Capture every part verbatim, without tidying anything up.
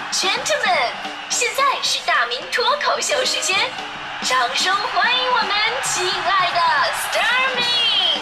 Gentlemen， 现在是大明脱口秀时间，掌声欢迎我们亲爱的 Starmin。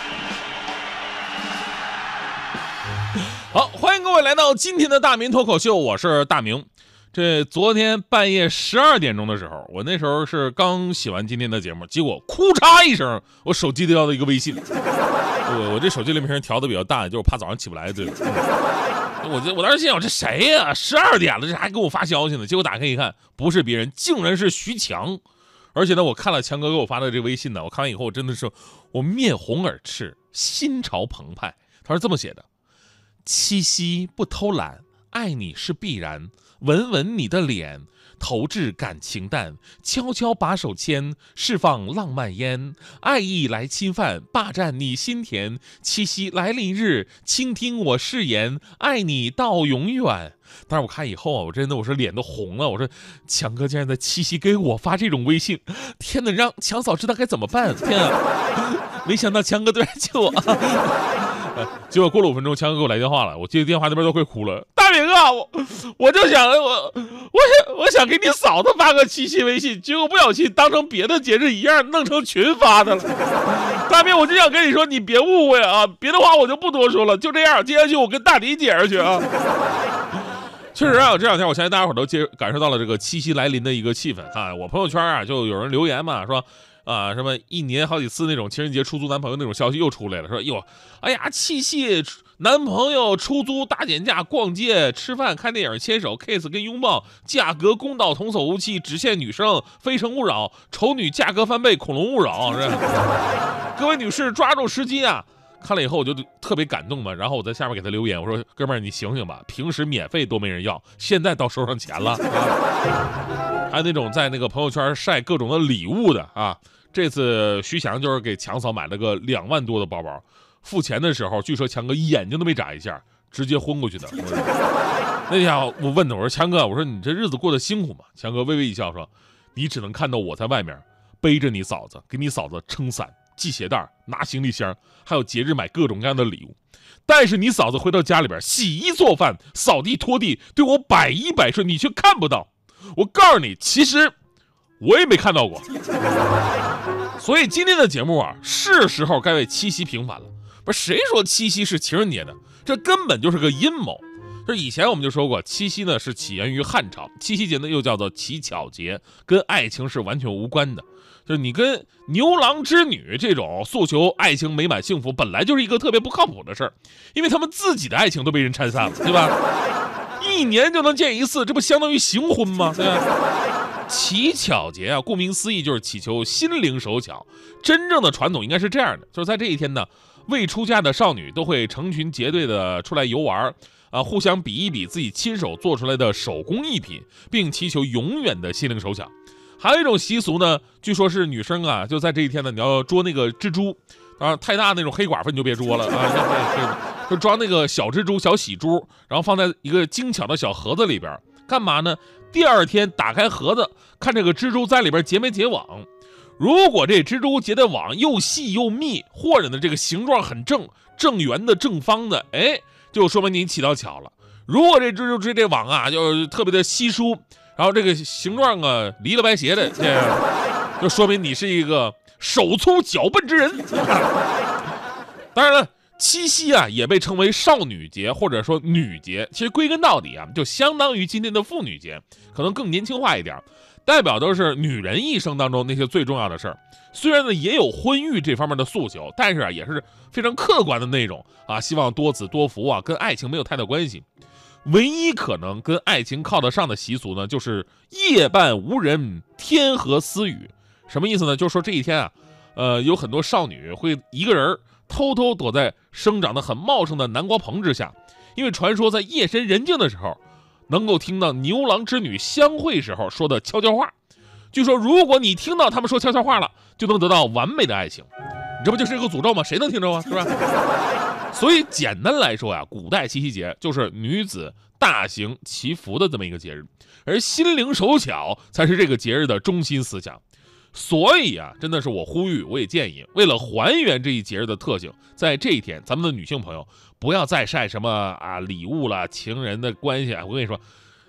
好，欢迎各位来到今天的大明脱口秀，我是大明。这昨天半夜十二点钟的时候，我那时候是刚写完今天的节目，结果哭嚓一声，我手机接到了一个微信。我我这手机铃声调的比较大，就是怕早上起不来。这个，我这我当时心想，这谁呀、啊？十二点了，这还给我发消息呢。结果打开一看，不是别人，竟然是徐强。而且呢，我看了强哥给我发的这微信呢，我看完以后，我真的是我面红耳赤，心潮澎湃。他是这么写的：七夕不偷懒，爱你是必然。吻吻你的脸，投掷感情弹，悄悄把手牵，释放浪漫烟，爱意来侵犯，霸占你心田。七夕来临日，倾听我誓言，爱你到永远。但是我看以后啊，我真的我说脸都红了。我说强哥竟然在七夕给我发这种微信，天哪，让强嫂知道该怎么办？天啊！没想到强哥突然救我。结果过了五分钟，强哥给我来电话了，我接电话那边都快哭了。大明啊，我我就想我我想我想给你嫂子发个七夕微信，结果不小心当成别的节日一样弄成群发的了。大明，我就想跟你说，你别误会啊，别的话我就不多说了，就这样，接下去我跟大迪解释去啊。确实啊，这两天我相信大家伙都接感受到了这个七夕来临的一个气氛啊。我朋友圈啊就有人留言嘛，说啊什么一年好几次那种情人节出租男朋友那种消息又出来了，说哟，哎呀七夕男朋友出租大减价，逛街吃饭看电影牵手 kiss 跟拥抱，价格公道童叟无欺，只限女生，非诚勿扰，丑女价格翻倍，恐龙勿扰。是各位女士抓住时机啊！看了以后我就特别感动嘛，然后我在下面给他留言，我说哥们儿你醒醒吧，平时免费都没人要，现在到手上钱了。啊、还有那种在那个朋友圈晒各种的礼物的啊，这次徐翔就是给强嫂买了个两万多的包包，付钱的时候据说强哥眼睛都没眨一下，直接昏过去的。那天我问他，我说强哥，我说你这日子过得辛苦吗？强哥微微一笑说，你只能看到我在外面背着你嫂子，给你嫂子撑伞系鞋带拿行李箱，还有节日买各种各样的礼物，但是你嫂子回到家里边洗衣做饭扫地拖地对我百依百顺，你却看不到。我告诉你，其实我也没看到过。所以今天的节目啊，是时候该为七夕平反了。不是谁说七夕是情人节的，这根本就是个阴谋。这以前我们就说过，七夕呢是起源于汉朝，七夕节呢又叫做乞巧节，跟爱情是完全无关的。就是你跟牛郎织女这种诉求爱情美满幸福，本来就是一个特别不靠谱的事儿，因为他们自己的爱情都被人拆散了，对吧？一年就能见一次，这不相当于行婚吗？对吧？乞巧节啊，顾名思义就是祈求心灵手巧。真正的传统应该是这样的，就是在这一天呢，未出嫁的少女都会成群结队的出来游玩啊，互相比一比自己亲手做出来的手工艺品，并祈求永远的心灵手巧。还有一种习俗呢，据说是女生啊，就在这一天呢，你要捉那个蜘蛛，啊，太大那种黑寡妇你就别捉了啊，就抓那个小蜘蛛、小喜珠，然后放在一个精巧的小盒子里边，干嘛呢？第二天打开盒子，看这个蜘蛛在里边结没结网。如果这蜘蛛结的网又细又密，或者呢这个形状很正，正圆的、正方的，哎，就说明你起到巧了。如果这蜘蛛织这网啊，就特别的稀疏，然后这个形状啊离了歪斜的，这就说明你是一个手粗脚笨之人。当然了，七夕啊也被称为少女节或者说女节，其实归根到底啊，就相当于今天的妇女节，可能更年轻化一点，代表都是女人一生当中那些最重要的事儿。虽然呢也有婚育这方面的诉求，但是啊也是非常客观的那种啊，希望多子多福啊，跟爱情没有太大关系。唯一可能跟爱情靠得上的习俗呢，就是夜半无人，天河私语。什么意思呢？就是说这一天啊，呃，有很多少女会一个人偷偷躲在生长得很茂盛的南瓜棚之下，因为传说在夜深人静的时候，能够听到牛郎织女相会时候说的悄悄话。据说如果你听到他们说悄悄话了，就能得到完美的爱情。你这不就是一个诅咒吗？谁能听着啊？是吧？所以简单来说呀，古代七夕节就是女子大行祈福的这么一个节日，而心灵手巧才是这个节日的中心思想。所以啊，真的是我呼吁，我也建议，为了还原这一节日的特性，在这一天，咱们的女性朋友不要再晒什么啊礼物了、情人的关系啊。我跟你说，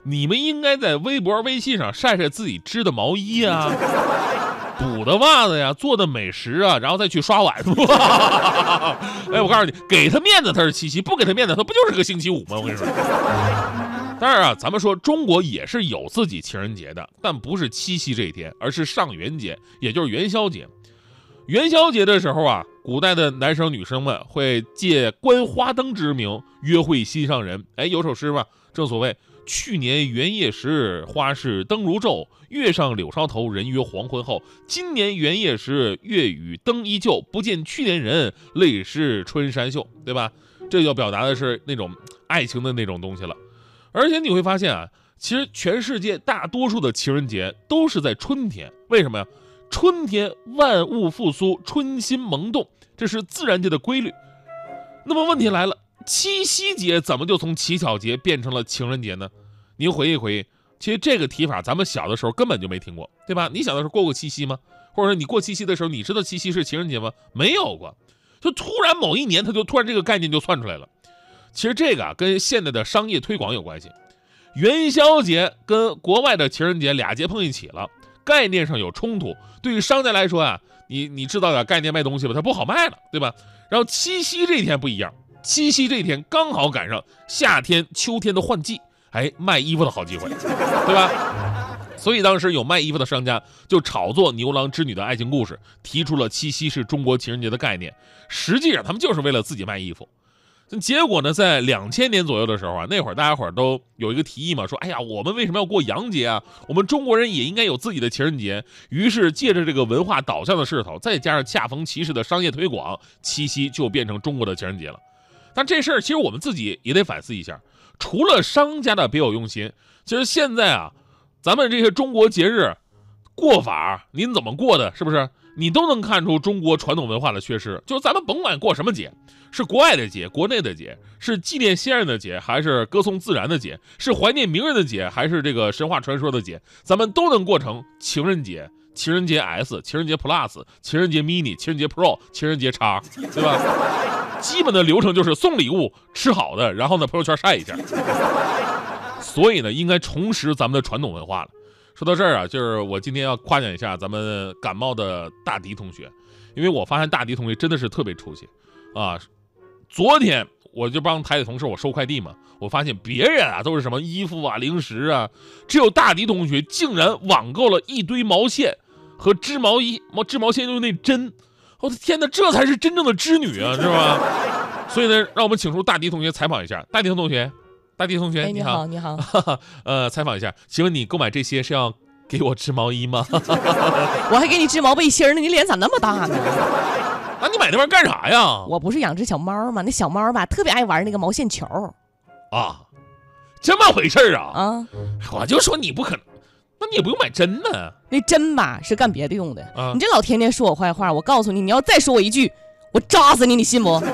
你们应该在微博、微信上晒晒自己织的毛衣啊、补的袜子呀、做的美食啊，然后再去刷碗。哎，我告诉你，给他面子他是七夕，不给他面子他不就是个星期五吗？我跟你说。当然啊，咱们说中国也是有自己情人节的，但不是七夕这一天，而是上元节，也就是元宵节。元宵节的时候啊，古代的男生女生们会借观花灯之名约会心上人。哎，有首诗嘛，正所谓去年元夜时，花市灯如昼，月上柳梢头，人约黄昏后。今年元夜时，月与灯依旧，不见去年人，泪湿春衫袖，对吧？这就表达的是那种爱情的那种东西了。而且你会发现啊，其实全世界大多数的情人节都是在春天。为什么呀？春天万物复苏，春心萌动，这是自然界的规律。那么问题来了，七夕节怎么就从乞巧节变成了情人节呢？您回忆回忆，其实这个提法咱们小的时候根本就没听过，对吧？你小的时候过过七夕吗？或者说你过七夕的时候，你知道七夕是情人节吗？没有过。就突然某一年，他就突然这个概念就窜出来了。其实这个啊，跟现在的商业推广有关系。元宵节跟国外的情人节俩节碰一起了，概念上有冲突。对于商家来说啊，你你制造点概念卖东西吧，它不好卖了，对吧？然后七夕这一天不一样，七夕这一天刚好赶上夏天、秋天的换季，哎，卖衣服的好机会，对吧？所以当时有卖衣服的商家就炒作牛郎织女的爱情故事，提出了七夕是中国情人节的概念。实际上他们就是为了自己卖衣服。结果呢，在两千年左右的时候啊，那会儿大家伙儿都有一个提议嘛，说哎呀，我们为什么要过洋节啊？我们中国人也应该有自己的情人节。于是借着这个文化导向的势头，再加上恰逢其时的商业推广，七夕就变成中国的情人节了。但这事儿其实我们自己也得反思一下，除了商家的别有用心，其实现在啊，咱们这些中国节日过法，您怎么过的，是不是？你都能看出中国传统文化的缺失。就是咱们甭管过什么节，是国外的节、国内的节，是纪念先人的节，还是歌颂自然的节，是怀念名人的节，还是这个神话传说的节，咱们都能过成情人节、情人节 S、情人节 Plus、情人节 Mini、情人节 Pro、情人节 X， 对吧？基本的流程就是送礼物、吃好的，然后呢朋友圈晒一下。所以呢，应该重拾咱们的传统文化了。说到这儿啊，就是我今天要夸奖一下咱们感冒的大迪同学，因为我发现大迪同学真的是特别出息啊。昨天我就帮台里同事我收快递嘛，我发现别人啊都是什么衣服啊、零食啊，只有大迪同学竟然网购了一堆毛线和织毛衣、织毛线就是那针。我的天哪，这才是真正的织女啊，是吧？所以呢，让我们请出大迪同学采访一下。大迪同学。大迪同学， 哎，你好，你好。 呃，采访一下，请问你购买这些是要给我织毛衣吗？ 我还给你织毛背心呢，你脸咋那么大呢？ 那你买那玩意儿干啥呀？ 我不是养只小猫吗？那小猫吧，特别爱玩那个毛线球。 啊，这么回事啊？ 啊， 我就说你不可能，那你也不用买针呢。 那针吧是干别的用的。 啊， 你这老天天说我坏话，我告诉你，你要再说我一句，我扎死你，你信不？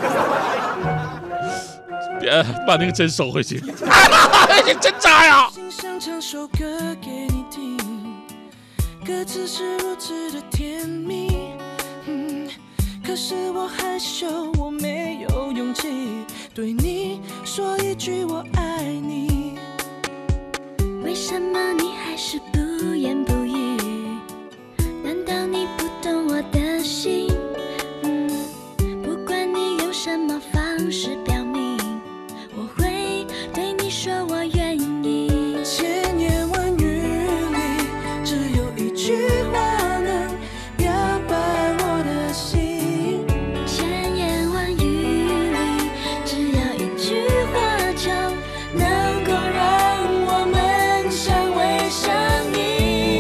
别把那个针收回去，你真渣呀！ 想唱首歌给你听，歌词是如此的甜蜜，嗯，可是我害羞，我没有勇气对你说一句我爱你。 为什么你还是不言不语？难道你不懂我的心？嗯，不管你用什么方式表明，我会对你说我愿意。 千言万语里，只有一句话能表白我的心。 千言万语里，只有一句话就能够让我们相偎相依。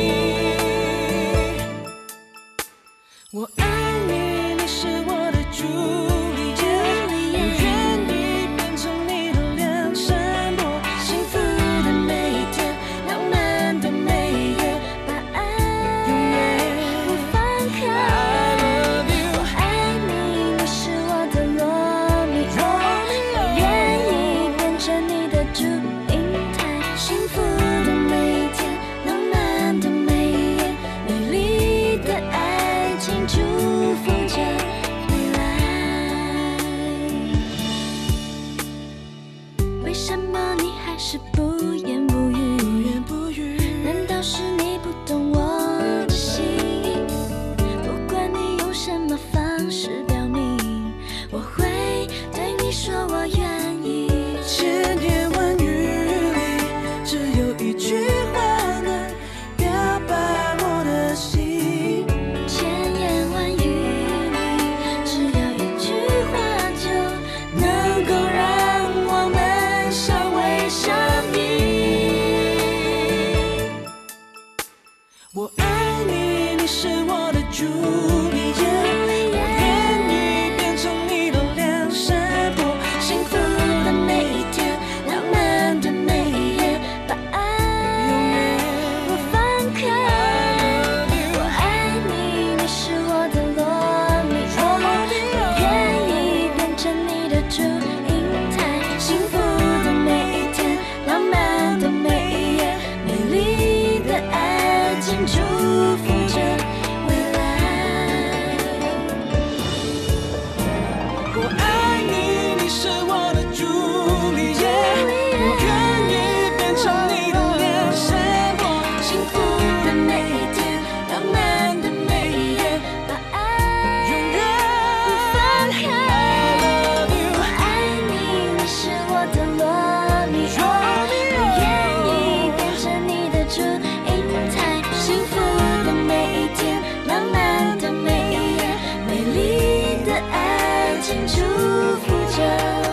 句话能表白我的心。 千言万语里，只有一句话就能够让我们相偎相依。 我爱你，你是我的朱丽叶，我愿意变成你的梁山伯， 幸福的每一天，浪漫的每一夜，把爱永远不放开。我爱你，你是我的罗密欧，我愿意变成你的祝英台。幸福的每一天，浪漫的每一夜，美丽的爱情祝福着未来。 我爱你，你是我的朱丽叶，我愿意变成你的梁山伯， 幸福的每一天，浪漫的每一夜，把爱永远不放开。 I love you 我爱你，你是我的罗密欧，我愿意变成你的祝英台。幸福的每一天，浪漫的每一夜，美丽的爱情祝福着